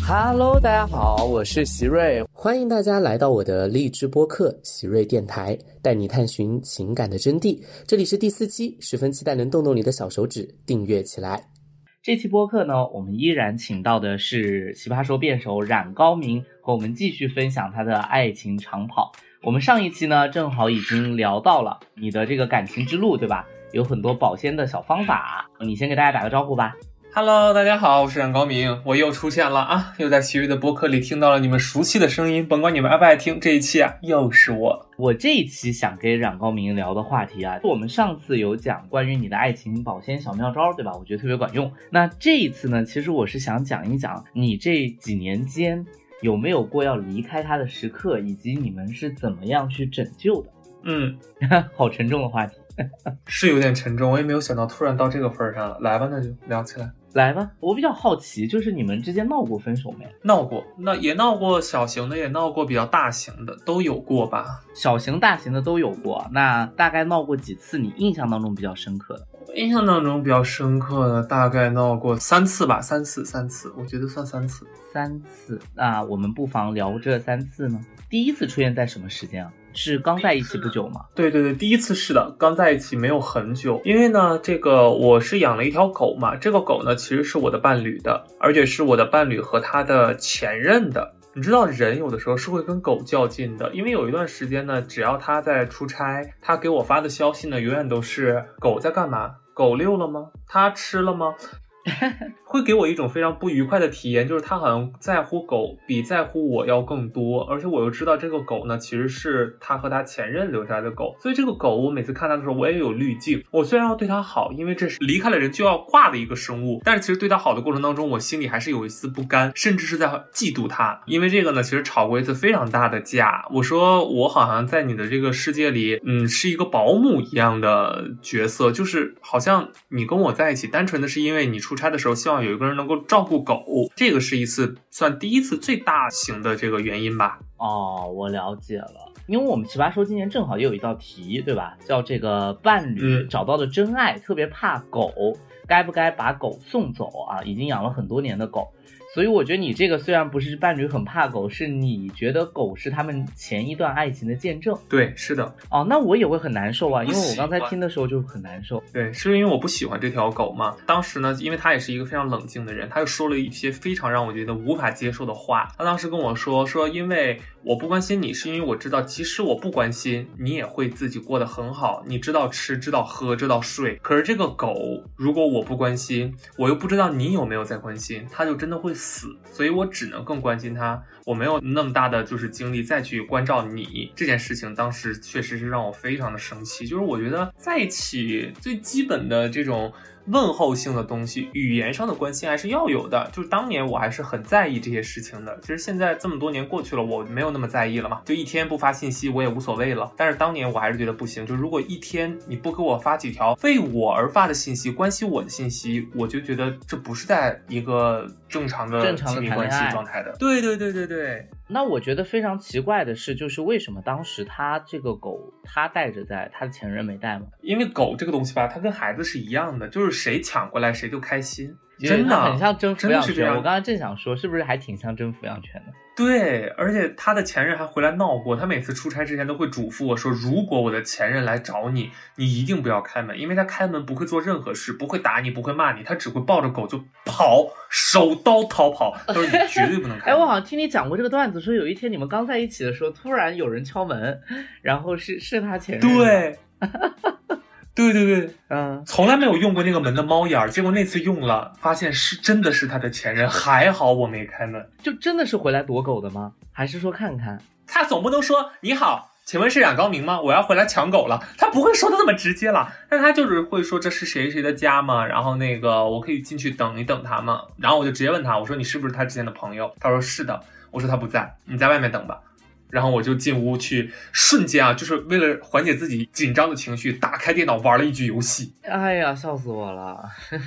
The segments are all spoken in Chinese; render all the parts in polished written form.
Hello， 大家好，我是席瑞， 欢迎大家来到我的励志播客席瑞电台，带你探寻情感的真谛。这里是第4期，十分期待能动动你的小手指，订阅起来。 这期播客呢，我们依然请到的是奇葩说辩手冉高明，和我们继续分享他的爱情长跑。我们上一期呢，正好已经聊到了你的这个感情之路，对吧？有很多保鲜的小方法，你先给大家打个招呼吧。 Hello， 大家好，我是冉高明，我又出现了啊！又在奇瑞的播客里听到了你们熟悉的声音，甭管你们爱不爱听，这一期啊，又是我。 我这一期想跟冉高明聊的话题啊，我们上次有讲关于你的爱情保鲜小妙招，对吧？我觉得特别管用。那这一次呢，其实我是想讲一讲你这几年间有没有过要离开他的时刻，以及你们是怎么样去拯救的。好沉重的话题。 是有点沉重，我也没有想到突然到这个份上了。来吧，那就聊起来。 来吧，我比较好奇，就是你们之间闹过分手没？ 闹过，那也闹过小型的，也闹过比较大型的，都有过吧？ 小型、大型的都有过。那大概闹过几次？你印象当中比较深刻的？ 印象当中比较深刻的，大概闹过3次吧，三次，我觉得算3次。 3次，那我们不妨聊这3次呢。第一次出现在什么时间啊？是刚在一起不久吗？ 对，第一次是的，刚在一起没有很久。因为呢，这个我是养了一条狗嘛，这个狗呢其实是我的伴侣的，而且是我的伴侣和他的前任的。你知道人有的时候是会跟狗较劲的，因为有一段时间呢，只要他在出差，他给我发的消息呢永远都是狗在干嘛，狗遛了吗，他吃了吗，会给我一种非常不愉快的体验，就是他好像在乎狗比在乎我要更多，而且我又知道这个狗呢其实是他和他前任留下来的狗，所以这个狗我每次看它的时候我也有滤镜。我虽然要对它好，因为这是离开了人就要挂的一个生物，但是其实对它好的过程当中，我心里还是有一丝不甘，甚至是在嫉妒它。因为这个呢其实吵过一次非常大的架，我说我好像在你的这个世界里是一个保姆一样的角色，就是好像你跟我在一起单纯的是因为你出差的时候希望有一个人能够照顾狗，这个是一次算第一次最大型的这个原因吧。 哦，我了解了。因为我们奇葩说今年正好也有一道题，对吧？叫这个伴侣找到的真爱，特别怕狗，该不该把狗送走啊？已经养了很多年的狗。所以我觉得你这个虽然不是伴侣很怕狗，是你觉得狗是他们前一段爱情的见证。 对，是的。 哦，那我也会很难受啊，因为我刚才听的时候就很难受。 对，是因为我不喜欢这条狗嘛。当时呢，因为他也是一个非常冷静的人，他就说了一些非常让我觉得无法接受的话。他当时跟我说因为我不关心你，是因为我知道即使我不关心你也会自己过得很好，你知道吃，知道喝，知道睡。可是这个狗如果我不关心，我又不知道你有没有在关心，它就真的会死，所以我只能更关心它，我没有那么大的就是精力再去关照你。这件事情当时确实是让我非常的生气，就是我觉得在一起最基本的这种问候性的东西，语言上的关心还是要有的。就是当年我还是很在意这些事情的，其实现在这么多年过去了，我没有那么在意了嘛，就一天不发信息我也无所谓了。但是当年我还是觉得不行，就如果一天你不给我发几条为我而发的信息，关心我的信息，我就觉得这不是在一个正常的亲密关系状态的。对。 那我觉得非常奇怪的是，就是为什么当时他这个狗他带着在，他的前任没带吗？ 因为狗这个东西吧，它跟孩子是一样的，就是谁抢过来谁就开心。真的很像争抚养权。我刚才正想说，是不是还挺像争抚养权的？ 对，而且他的前任还回来闹过，他每次出差之前都会嘱咐我说，如果我的前任来找你，你一定不要开门，因为他开门不会做任何事，不会打你，不会骂你，他只会抱着狗就跑，手刀逃跑，他说你绝对不能开门。 我好像听你讲过这个段子，说有一天你们刚在一起的时候，突然有人敲门，然后是他前任。 对对，从来没有用过那个门的猫眼，结果那次用了，发现真的是他的前任，还好我没开门。 就真的是回来躲狗的吗？还是说看看？ 他总不能说你好，请问是冉高明吗？我要回来抢狗了，他不会说的那么直接了，但他就是会说这是谁的家吗？然后那个我可以进去等一等他吗？然后我就直接问他，我说你是不是他之前的朋友？他说是的。我说他不在，你在外面等吧。然后我就进屋去，瞬间啊，就是为了缓解自己紧张的情绪，打开电脑玩了一局游戏。 哎呀，笑死我了。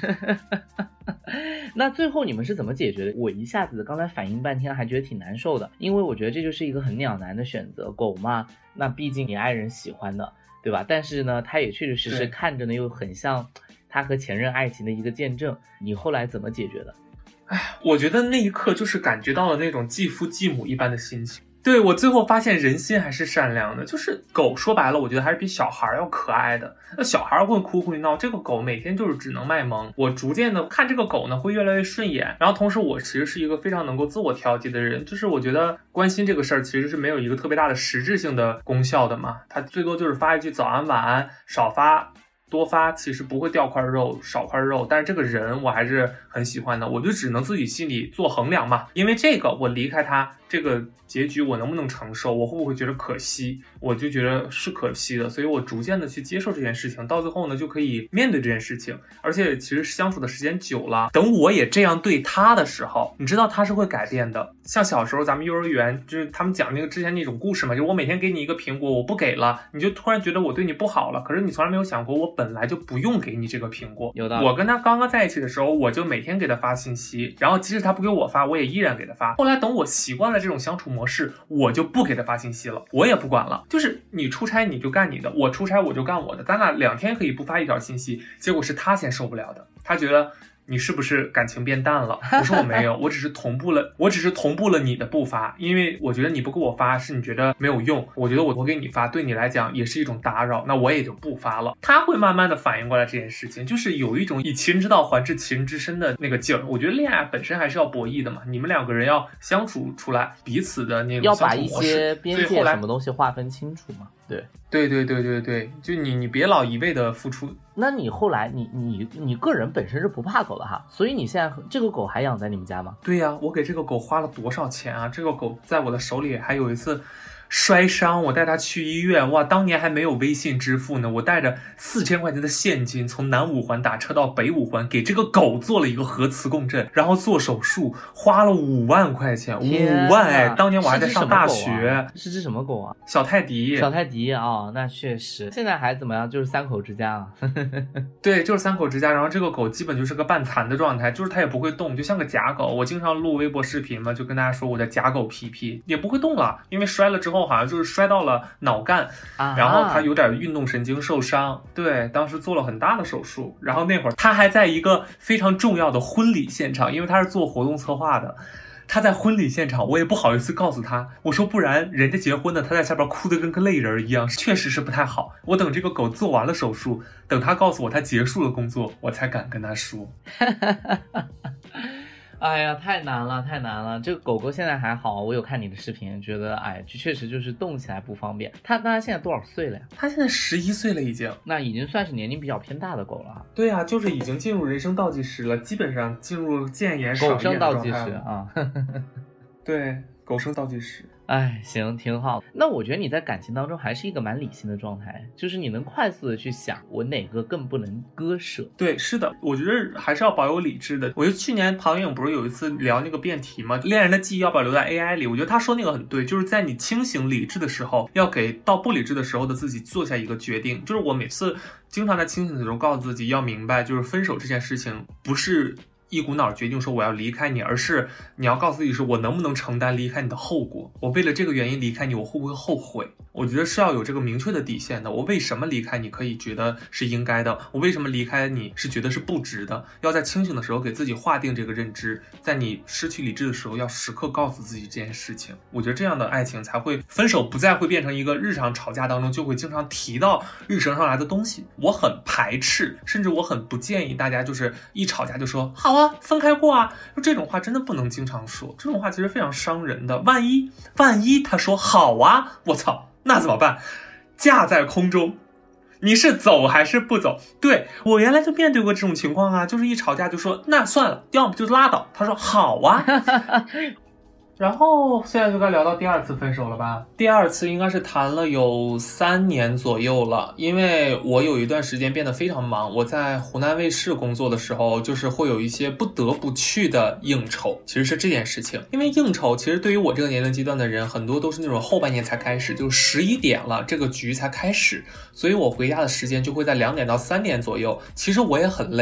那最后你们是怎么解决的？我一下子刚才反应半天还觉得挺难受的，因为我觉得这就是一个很两难的选择。狗嘛，那毕竟你爱人喜欢的，对吧？但是呢，他也确确实实看着呢又很像他和前任爱情的一个见证。你后来怎么解决的？ 我觉得那一刻就是感觉到了那种继父继母一般的心情。对，我最后发现人心还是善良的，就是狗说白了我觉得还是比小孩要可爱的。那小孩会哭会闹，这个狗每天就是只能卖萌。我逐渐的看这个狗呢会越来越顺眼，然后同时我其实是一个非常能够自我调节的人，就是我觉得关心这个事儿其实是没有一个特别大的实质性的功效的嘛，它最多就是发一句早安晚安，少发多发其实不会掉块肉少块肉，但是这个人我还是很喜欢的，我就只能自己心里做衡量嘛。因为这个我离开他这个结局我能不能承受，我会不会觉得可惜，我就觉得是可惜的，所以我逐渐的去接受这件事情，到最后呢就可以面对这件事情。而且其实相处的时间久了，等我也这样对他的时候，你知道他是会改变的。像小时候咱们幼儿园就是他们讲那个之前那种故事嘛，就是我每天给你一个苹果，我不给了，你就突然觉得我对你不好了，可是你从来没有想过我本来就不用给你这个苹果。 有的， 我跟他刚刚在一起的时候，我就每天给他发信息，然后即使他不给我发，我也依然给他发。后来等我习惯了这种相处模式，我就不给他发信息了，我也不管了，就是你出差你就干你的，我出差我就干我的，咱俩2天可以不发一条信息。结果是他先受不了的，他觉得你是不是感情变淡了？我说我没有，我只是同步了你的步伐，因为我觉得你不给我发是你觉得没有用，我觉得我给你发对你来讲也是一种打扰，那我也就不发了。他会慢慢的反应过来这件事情，就是有一种以其人之道还治其人之身的那个劲儿。我觉得恋爱本身还是要博弈的嘛，你们2个人要相处出来彼此的那种相处模式， 要把一些边界什么东西划分清楚嘛。对，就你别老一味的付出。 那你后来你个人本身是不怕狗的哈，所以你现在这个狗还养在你们家吗？ 对呀，我给这个狗花了多少钱啊？这个狗在我的手里还有一次摔伤，我带他去医院，哇，当年还没有微信支付呢，我带着4000块钱的现金从南5环打车到北5环，给这个狗做了一个核磁共振，然后做手术，花了5万块钱，5万哎！当年我还在上大学。 是只什么狗啊？ 小泰迪。 小泰迪啊，那确实。现在还怎么样？就是3口之家啊。 对，就是3口之家。然后这个狗基本就是个半残的状态，就是它也不会动，就像个假狗。我经常录微博视频嘛，就跟大家说我的假狗皮皮也不会动了，因为摔了之后好像就是摔到了脑干，然后他有点运动神经受伤，对，当时做了很大的手术。然后那会儿他还在一个非常重要的婚礼现场，因为他是做活动策划的，他在婚礼现场，我也不好意思告诉他，我说不然人家结婚的，他在下边哭得跟个泪人一样，确实是不太好。我等这个狗做完了手术，等他告诉我他结束了工作，我才敢跟他说。 哎呀，太难了！这个狗狗现在还好，我有看你的视频，觉得哎，这确实就是动起来不方便。它现在多少岁了呀？ 它现在11岁了已经， 那已经算是年龄比较偏大的狗了。 对啊，就是已经进入人生倒计时了，基本上进入见言少狗生倒计时啊。 对，狗生倒计时。 哎，行，挺好。那我觉得你在感情当中还是一个蛮理性的状态，就是你能快速的去想我哪个更不能割舍。 对，是的，我觉得还是要保有理智的。我觉得去年庞颖不是有一次聊那个辩题吗？恋人的记忆要不要留在 AI 里？我觉得他说那个很对，就是在你清醒理智的时候，要给到不理智的时候的自己做下一个决定。就是我每次经常在清醒的时候告诉自己要明白，就是分手这件事情不是一股脑决定说我要离开你，而是你要告诉自己说我能不能承担离开你的后果，我为了这个原因离开你，我会不会后悔。我觉得是要有这个明确的底线的，我为什么离开你可以觉得是应该的，我为什么离开你是觉得是不值的，要在清醒的时候给自己划定这个认知，在你失去理智的时候要时刻告诉自己这件事情。我觉得这样的爱情才会分手不再会变成一个日常吵架当中就会经常提到日程上来的东西。我很排斥，甚至我很不建议大家就是一吵架就说好啊分开过啊，就这种话真的不能经常说，这种话其实非常伤人的。万一他说好啊，我操，那怎么办？架在空中，你是走还是不走？对，我原来就面对过这种情况啊，就是一吵架就说那算了，要么就拉倒。他说好啊。然后现在就该聊到第2次分手了吧。第2次应该是谈了有3年左右了，因为我有一段时间变得非常忙，我在湖南卫视工作的时候，就是会有一些不得不去的应酬，其实是这件事情。因为应酬其实对于我这个年龄阶段的人，很多都是那种后半年才开始，就11点了这个局才开始，所以我回家的时间就会在2点到3点左右。其实我也很累，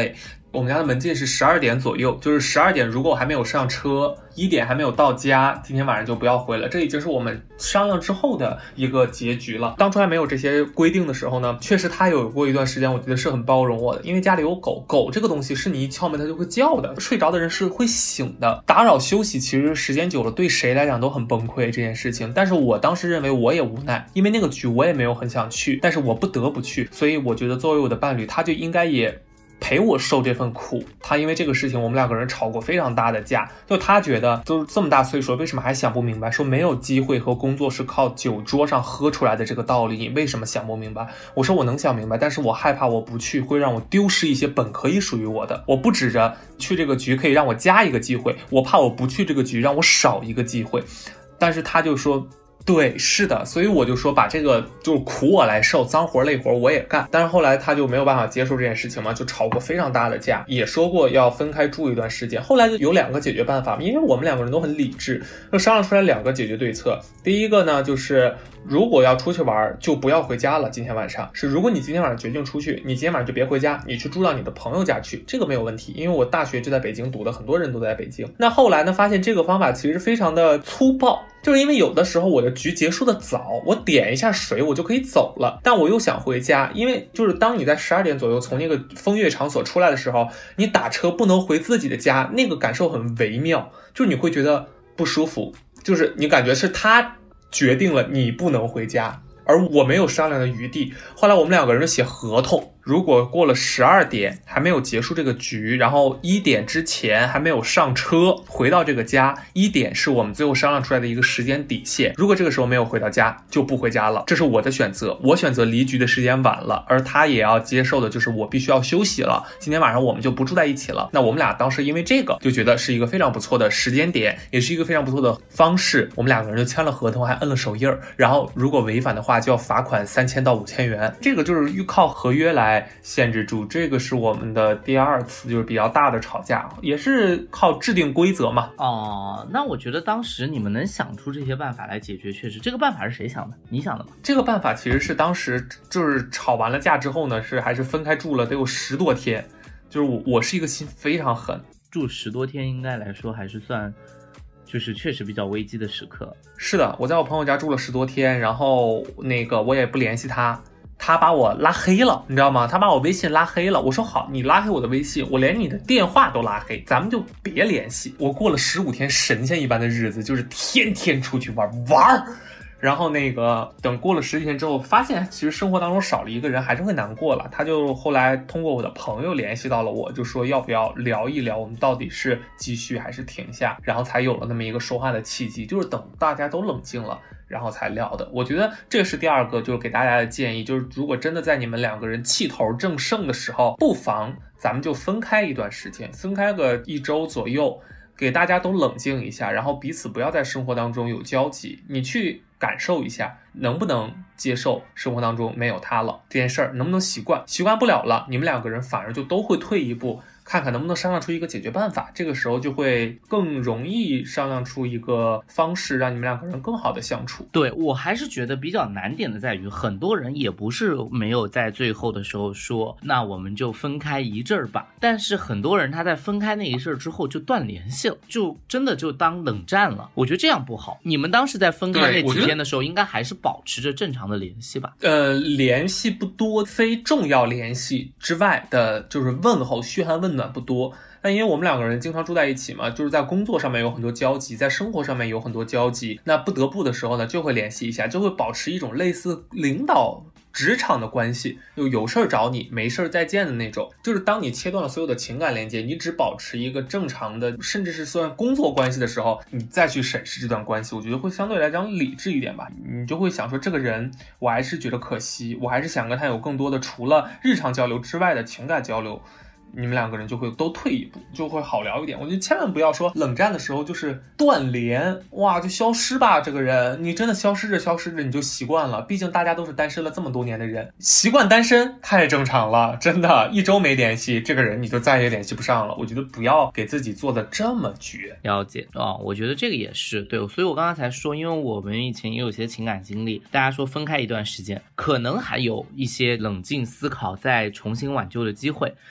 我们家的门禁是12点左右，就是12点如果我还没有上车，1点还没有到家，今天晚上就不要回了。这已经是我们商量之后的一个结局了。当初还没有这些规定的时候呢，确实他有过一段时间我觉得是很包容我的，因为家里有狗，狗这个东西是你一敲门它就会叫的，睡着的人是会醒的，打扰休息其实时间久了对谁来讲都很崩溃这件事情。但是我当时认为我也无奈，因为那个局我也没有很想去，但是我不得不去，所以我觉得作为我的伴侣，他就应该也陪我受这份苦。他因为这个事情我们两个人吵过非常大的架，就他觉得都这么大岁数为什么还想不明白，说没有机会和工作是靠酒桌上喝出来的这个道理，你为什么想不明白？我说我能想明白，但是我害怕我不去会让我丢失一些本可以属于我的，我不指着去这个局可以让我加一个机会，我怕我不去这个局让我少一个机会。但是他就说对，是的，所以我就说把这个就是苦我来受，脏活累活我也干。但是后来他就没有办法接受这件事情嘛，就吵过非常大的架，也说过要分开住一段时间。后来就有2个解决办法，因为我们2个人都很理智，就商量出来2个解决对策。第一个呢，就是如果要出去玩就不要回家了，今天晚上是如果你今天晚上决定出去，你今天晚上就别回家，你去住到你的朋友家去，这个没有问题，因为我大学就在北京读的，很多人都在北京。那后来呢，发现这个方法其实非常的粗暴，就是因为有的时候我的局结束的早，我点一下水我就可以走了，但我又想回家，因为就是当你在12点左右从那个风月场所出来的时候，你打车不能回自己的家，那个感受很微妙，就是你会觉得不舒服，就是你感觉是他决定了你不能回家，而我没有商量的余地。后来我们2个人写合同，如果过了12点还没有结束这个局，然后1点之前还没有上车回到这个家，1点是我们最后商量出来的一个时间底线，如果这个时候没有回到家就不回家了，这是我的选择，我选择离局的时间晚了，而他也要接受的就是我必须要休息了，今天晚上我们就不住在一起了。那我们俩当时因为这个就觉得是一个非常不错的时间点，也是一个非常不错的方式，我们2个人就签了合同，还摁了手印，然后如果违反的话就要罚款3000到5000元，这个就是靠合约来限制住。这个是我们的第2次就是比较大的吵架，也是靠制定规则嘛。 那我觉得当时你们能想出这些办法来解决，确实这个办法是谁想的？你想的吗？ 这个办法其实是当时就是吵完了架之后呢，还是分开住了得有10多天，就是我是一个心非常狠， 住10多天应该来说还是算就是确实比较危机的时刻。 是的，我在我朋友家住了10多天，然后那个我也不联系他，他把我拉黑了，你知道吗？他把我微信拉黑了。我说好，你拉黑我的微信，我连你的电话都拉黑，咱们就别联系。我过了15天神仙一般的日子，就是天天出去玩。然后那个等过了10几天之后，发现其实生活当中少了一个人还是会难过了。他就后来通过我的朋友联系到了我，就说要不要聊一聊我们到底是继续还是停下，然后才有了那么一个说话的契机，就是等大家都冷静了然后才聊的。我觉得这是第2个就是给大家的建议，就是如果真的在你们2个人气头正盛的时候，不妨咱们就分开一段时间，分开个1周左右，给大家都冷静一下，然后彼此不要在生活当中有交集，你去感受一下能不能接受生活当中没有他了这件事儿，能不能习惯不了了，你们2个人反而就都会退一步，看看能不能商量出一个解决办法，这个时候就会更容易商量出一个方式，让你们2个人更好的相处。 对，我还是觉得比较难点的在于，很多人也不是没有在最后的时候说那我们就分开一阵儿吧，但是很多人他在分开那一阵儿之后就断联系了，就真的就当冷战了，我觉得这样不好。你们当时在分开那几天的时候应该还是保持着正常的联系吧？ 联系不多，非重要联系之外的就是问候嘘寒问暖不多，但因为我们2个人经常住在一起嘛，就是在工作上面有很多交集，在生活上面有很多交集，那不得不的时候呢就会联系一下，就会保持一种类似领导职场的关系，有事儿找你，没事儿再见的那种。就是当你切断了所有的情感连接，你只保持一个正常的甚至是算工作关系的时候，你再去审视这段关系，我觉得会相对来讲理智一点吧。你就会想说这个人我还是觉得可惜，我还是想跟他有更多的除了日常交流之外的情感交流，你们2个人就会都退一步，就会好聊一点。我觉得千万不要说冷战的时候就是断联，哇就消失吧，这个人你真的消失着你就习惯了，毕竟大家都是单身了这么多年的人，习惯单身太正常了，真的1周没联系，这个人你就再也联系不上了。我觉得不要给自己做的这么绝。 了解我觉得这个也是对，所以我刚刚才说，因为我们以前也有些情感经历，大家说分开一段时间可能还有一些冷静思考再重新挽救的机会，但大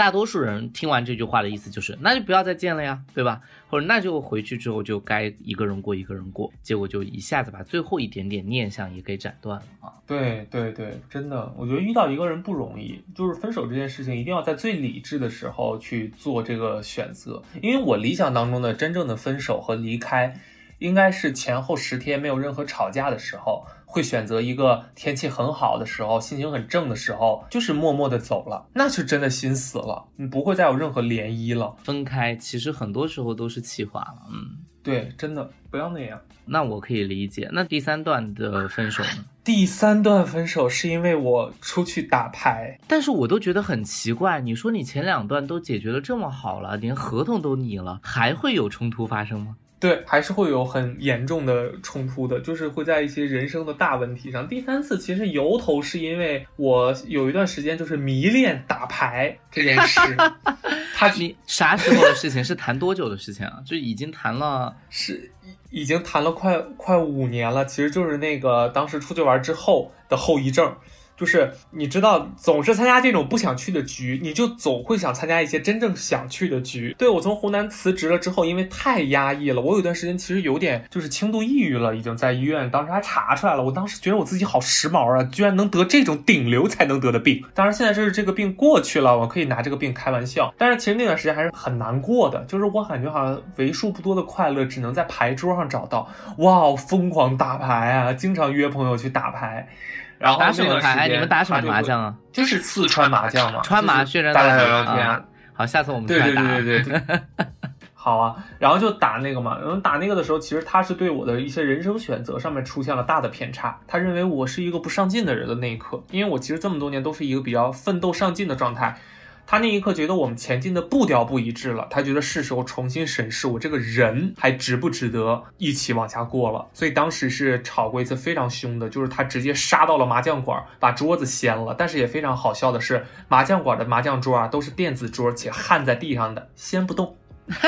大多数人听完这句话的意思就是那就不要再见了呀，对吧？或者那就回去之后就该一个人过一个人过，结果就一下子把最后一点点念想也给斩断了啊。 对对对，真的，我觉得遇到一个人不容易，就是分手这件事情一定要在最理智的时候去做这个选择。因为我理想当中的真正的分手和离开应该是前后10天没有任何吵架的时候，会选择一个天气很好的时候，心情很正的时候，就是默默的走了，那就真的心死了，你不会再有任何涟漪了。 分开其实很多时候都是气话了， 对，真的不要那样。 那我可以理解。那第3段的分手呢？ 第3段分手是因为我出去打牌， 但是我都觉得很奇怪，你说你前2段都解决得这么好了，连合同都拟了，还会有冲突发生吗？ 对，还是会有很严重的冲突的，就是会在一些人生的大问题上。第3次其实由头是因为我有一段时间就是迷恋打牌这件事。 你啥时候的事情？是谈多久的事情啊？就已经谈了， 已经谈了快5年了。其实就是那个当时出去玩之后的后遗症。就是你知道总是参加这种不想去的局，你就总会想参加一些真正想去的局。对，我从湖南辞职了之后，因为太压抑了，我有段时间其实有点就是轻度抑郁了，已经在医院，当时还查出来了。我当时觉得我自己好时髦啊，居然能得这种顶流才能得的病。当然现在是这个病过去了，我可以拿这个病开玩笑，但是其实那段时间还是很难过的，就是我感觉好像为数不多的快乐只能在牌桌上找到。哇，疯狂打牌啊，经常约朋友去打牌。然后打什么牌？你们打什么麻将啊？ 就是四川麻将嘛， 川麻渲染大家聊聊天啊。好，下次我们出来打。 对。好啊，然后就打那个嘛，然后打那个的时候，其实他是对我的一些人生选择上面出现了大的偏差。他认为我是一个不上进的人的那一刻，因为我其实这么多年都是一个比较奋斗上进的状态。他那一刻觉得我们前进的步调不一致了，他觉得是时候重新审视我这个人还值不值得一起往下过了。所以当时是吵过一次非常凶的，就是他直接杀到了麻将馆，把桌子掀了。但是也非常好笑的是，麻将馆的麻将桌啊都是电子桌，且焊在地上的，掀不动。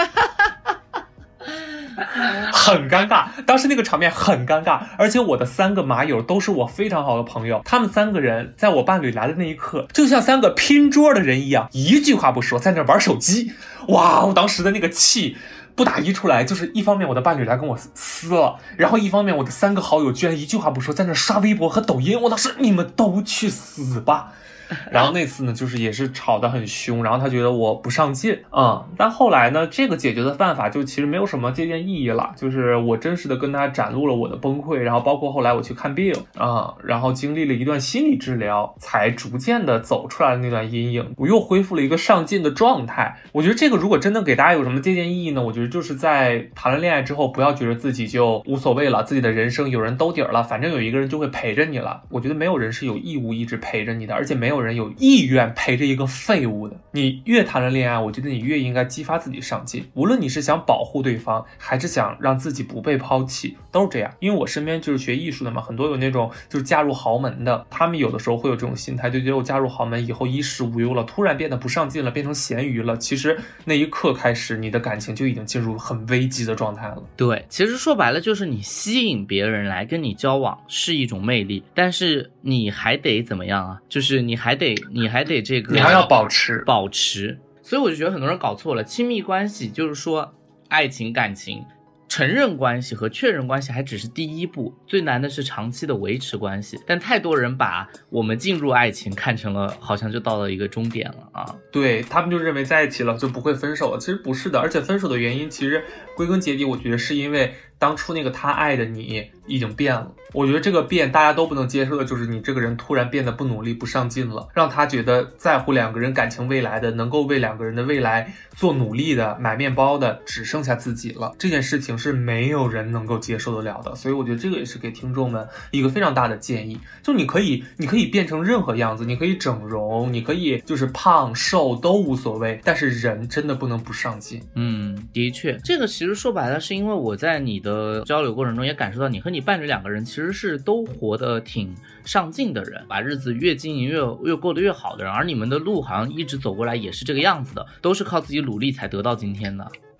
很尴尬，当时那个场面很尴尬，而且我的3个麻友都是我非常好的朋友，他们3个人在我伴侣来的那一刻，就像3个拼桌的人一样，一句话不说，在那玩手机。哇，我当时的那个气不打一出来，就是一方面我的伴侣来跟我撕了，然后一方面我的3个好友居然一句话不说，在那刷微博和抖音。我当时你们都去死吧。然后那次呢，就是也是吵得很凶，然后他觉得我不上进但后来呢，这个解决的办法就其实没有什么借鉴意义了，就是我真实的跟他展露了我的崩溃，然后包括后来我去看病然后经历了一段心理治疗，才逐渐的走出来了那段阴影，我又恢复了一个上进的状态。我觉得这个如果真的给大家有什么借鉴意义呢，我觉得就是在谈了恋爱之后，不要觉得自己就无所谓了，自己的人生有人兜底了，反正有一个人就会陪着你了。我觉得没有人是有义务一直陪着你的，而且没有人有意愿陪着一个废物的。你越谈了恋爱，我觉得你越应该激发自己上进，无论你是想保护对方，还是想让自己不被抛弃，都是这样。因为我身边就是学艺术的嘛，很多有那种就是嫁入豪门的，他们有的时候会有这种心态，就觉得我嫁入豪门以后衣食无忧了，突然变得不上进了，变成咸鱼了。其实那一刻开始，你的感情就已经进入很危机的状态了。 对，其实说白了就是你吸引别人来跟你交往是一种魅力，但是你还得怎么样啊？就是你还得这个， 你还要保持。 所以我就觉得很多人搞错了，亲密关系就是说爱情感情，承认关系和确认关系还只是第一步，最难的是长期的维持关系。但太多人把我们进入爱情看成了好像就到了一个终点了啊！ 对，他们就认为在一起了就不会分手了，其实不是的。而且分手的原因其实归根结底，我觉得是因为当初那个他爱的你已经变了。我觉得这个变大家都不能接受的就是你这个人突然变得不努力不上进了，让他觉得在乎两个人感情未来的，能够为两个人的未来做努力的买面包的只剩下自己了。这件事情是没有人能够接受得了的。所以我觉得这个也是给听众们一个非常大的建议，就你可以变成任何样子，你可以整容，你可以就是胖瘦都无所谓，但是人真的不能不上进。 的确，这个其实说白了是因为我在你的交流过程中也感受到你和你伴侣两个人其实是都活得挺上进的人，把日子越经营越过得越好的人，而你们的路好像一直走过来也是这个样子的，都是靠自己努力才得到今天的。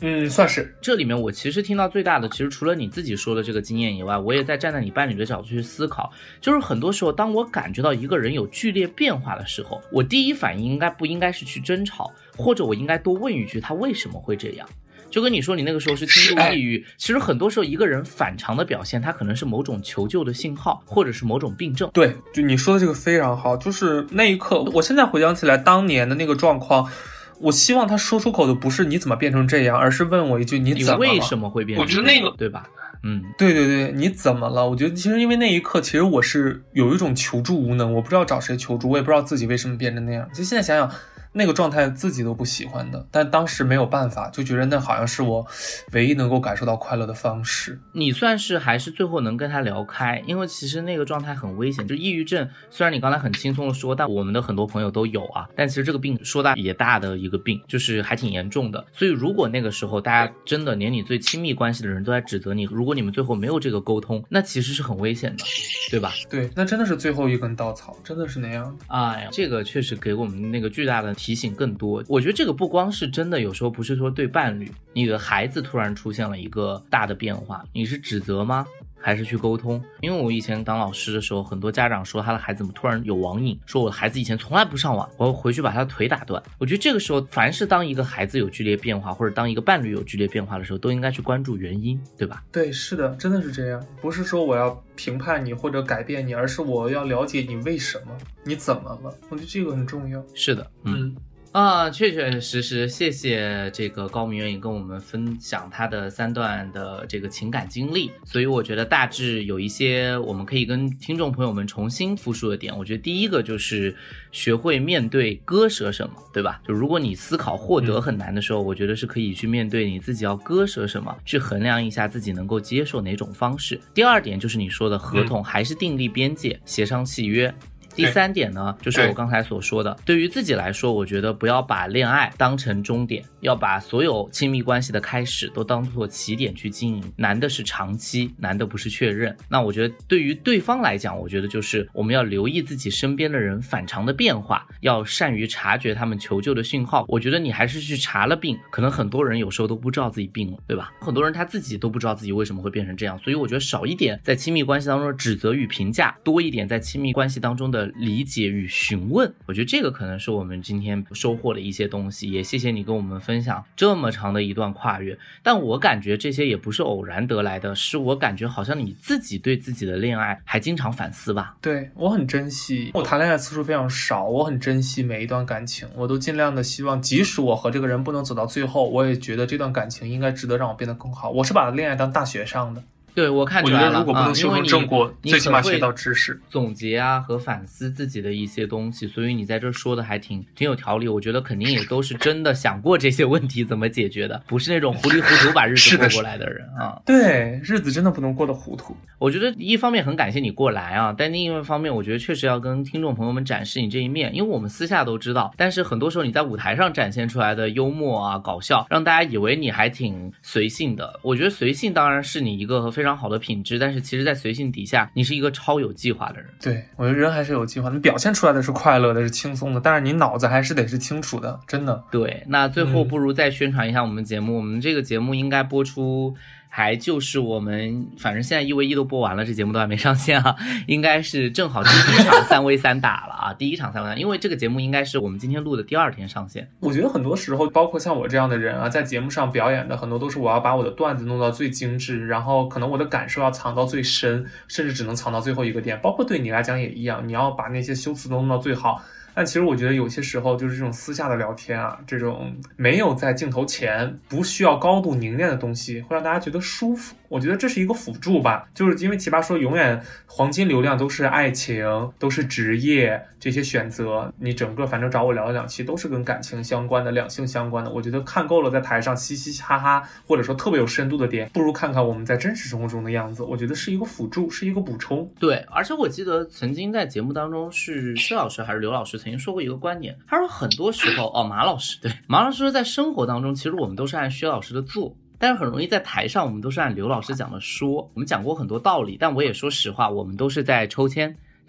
算是。 这里面我其实听到最大的，其实除了你自己说的这个经验以外，我也在站在你伴侣的角度去思考，就是很多时候当我感觉到一个人有剧烈变化的时候，我第一反应不应该是去争吵，或者我应该多问一句他为什么会这样。就跟你说你那个时候是轻度抑郁，其实很多时候一个人反常的表现，他可能是某种求救的信号，或者是某种病症。 对，就你说的这个非常好，就是那一刻，我现在回想起来当年的那个状况，我希望他说出口的不是你怎么变成这样，而是问我一句你怎么了？ 你为什么会变成这样？ 我觉得那个对吧？ 对，你怎么了？我觉得其实因为那一刻，其实我是有一种求助无能，我不知道找谁求助，我也不知道自己为什么变成那样。就现在想想，那个状态自己都不喜欢的，但当时没有办法，就觉得那好像是我唯一能够感受到快乐的方式。 你算是还是最后能跟他聊开，因为其实那个状态很危险，就抑郁症，虽然你刚才很轻松的说，但我们的很多朋友都有啊，但其实这个病说大也大的一个病，就是还挺严重的。所以如果那个时候大家真的连你最亲密关系的人都在指责你，如果你们最后没有这个沟通，那其实是很危险的，对吧？ 对，那真的是最后一根稻草，真的是那样。 哎呀，这个确实给我们那个巨大的提醒更多。我觉得这个不光是真的，有时候不是说对伴侣，你的孩子突然出现了一个大的变化，你是指责吗？还是去沟通？因为我以前当老师的时候，很多家长说他的孩子们突然有网瘾，说我的孩子以前从来不上网，我要回去把他的腿打断。我觉得这个时候，凡是当一个孩子有剧烈变化，或者当一个伴侣有剧烈变化的时候，都应该去关注原因，对吧？ 对，是的，真的是这样。不是说我要评判你或者改变你，而是我要了解你为什么，你怎么了。我觉得这个很重要。 是的，确确实实，谢谢这个高明愿意跟我们分享他的3段的这个情感经历，所以我觉得大致有一些我们可以跟听众朋友们重新复述的点。我觉得第一个就是学会面对割舍什么，对吧？就如果你思考获得很难的时候，我觉得是可以去面对你自己要割舍什么，去衡量一下自己能够接受哪种方式。第二点就是你说的合同还是订立边界，协商契约。第3点呢，就是我刚才所说的，对于自己来说，我觉得不要把恋爱当成终点，要把所有亲密关系的开始都当作起点去经营。难的是长期，难的不是确认。那我觉得对于对方来讲，我觉得就是我们要留意自己身边的人反常的变化，要善于察觉他们求救的讯号。我觉得你还是去查了病，可能很多人有时候都不知道自己病了，对吧？很多人他自己都不知道自己为什么会变成这样，所以我觉得少一点在亲密关系当中的指责与评价，多一点在亲密关系当中的理解与询问。我觉得这个可能是我们今天收获的一些东西，也谢谢你跟我们分享这么长的一段跨越。但我感觉这些也不是偶然得来的，是我感觉好像你自己对自己的恋爱还经常反思吧？ 对，我很珍惜，我谈恋爱次数非常少，我很珍惜每一段感情，我都尽量的希望，即使我和这个人不能走到最后，我也觉得这段感情应该值得让我变得更好。我是把恋爱当大学上的。 对，我看出来了。 我觉得如果不能修成正果，最起码学到知识， 总结啊和反思自己的一些东西，所以你在这说的还挺有条理。我觉得肯定也都是真的想过这些问题怎么解决的，不是那种糊里糊涂把日子过过来的人啊。 对，日子真的不能过得糊涂。 我觉得一方面很感谢你过来啊，但另一方面我觉得确实要跟听众朋友们展示你这一面，因为我们私下都知道，但是很多时候你在舞台上展现出来的幽默啊搞笑，让大家以为你还挺随性的。我觉得随性当然是你一个非常好的品质，但是其实在随性底下你是一个超有计划的人。 对，我觉得人还是有计划，你表现出来的是快乐的，是轻松的，但是你脑子还是得是清楚的，真的。 对，那最后不如再宣传一下我们节目，我们这个节目应该播出还就是我们反正现在1v1都播完了，这节目都还没上线啊，应该是正好第一场3v3打了啊，第一场3v3，因为这个节目应该是我们今天录的第2天上线。 我觉得很多时候包括像我这样的人啊，在节目上表演的很多都是我要把我的段子弄到最精致，然后可能我的感受要藏到最深，甚至只能藏到最后一个点，包括对你来讲也一样，你要把那些修辞都弄到最好。但其实我觉得有些时候就是这种私下的聊天啊，这种没有在镜头前不需要高度凝练的东西，会让大家觉得舒服。我觉得这是一个辅助吧，就是因为奇葩说永远黄金流量都是爱情，都是职业这些选择，你整个反正找我聊了2期都是跟感情相关的，两性相关的。我觉得看够了在台上嘻嘻哈哈，或者说特别有深度的点，不如看看我们在真实生活中的样子。我觉得是一个辅助，是一个补充。 对，而且我记得曾经在节目当中是施老师还是刘老师曾经说过一个观点，他说很多时候马老师，对，马老师说在生活当中其实我们都是按薛老师的做，但是很容易在台上我们都是按刘老师讲的说。我们讲过很多道理，但我也说实话，我们都是在抽签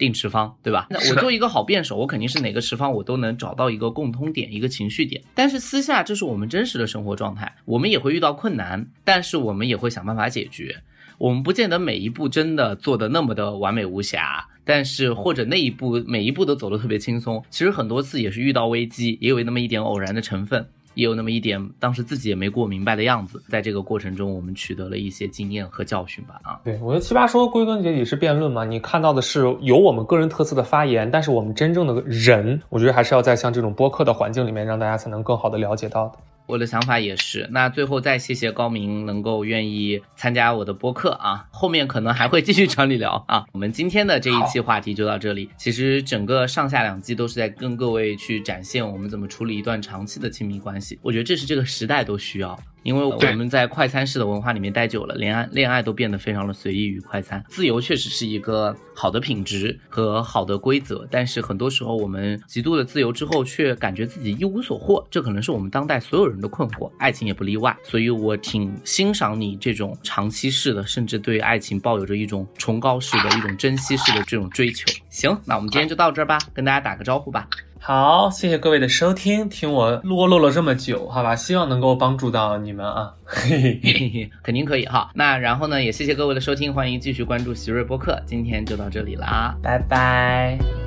定持方，对吧？那我做一个好辩手，我肯定是哪个持方我都能找到一个共通点，一个情绪点。但是私下这是我们真实的生活状态，我们也会遇到困难，但是我们也会想办法解决。我们不见得每一步真的做得那么的完美无瑕，但是或者那一步每一步都走得特别轻松，其实很多次也是遇到危机，也有那么一点偶然的成分，也有那么一点当时自己也没过明白的样子。在这个过程中我们取得了一些经验和教训吧。 对，我觉得奇葩说归根结底是辩论嘛，你看到的是有我们个人特色的发言，但是我们真正的人，我觉得还是要在像这种播客的环境里面让大家才能更好的了解到的。 我的想法也是。那最后再谢谢高明能够愿意参加我的播客啊，后面可能还会继续找你聊啊。我们今天的这一期话题就到这里。其实整个上下两季都是在跟各位去展现我们怎么处理一段长期的亲密关系，我觉得这是这个时代都需要。因为我们在快餐式的文化里面待久了，恋爱都变得非常的随意与快餐。自由确实是一个好的品质和好的规则，但是很多时候我们极度的自由之后却感觉自己一无所获，这可能是我们当代所有人的困惑，爱情也不例外。所以我挺欣赏你这种长期式的，甚至对爱情抱有着一种崇高式的一种珍惜式的这种追求。行，那我们今天就到这儿吧，跟大家打个招呼吧。 好，谢谢各位的收听，听我啰啰了这么久，好吧，希望能够帮助到你们啊。 肯定可以哈。那然后呢，也谢谢各位的收听，欢迎继续关注席瑞播客，今天就到这里啦，拜拜。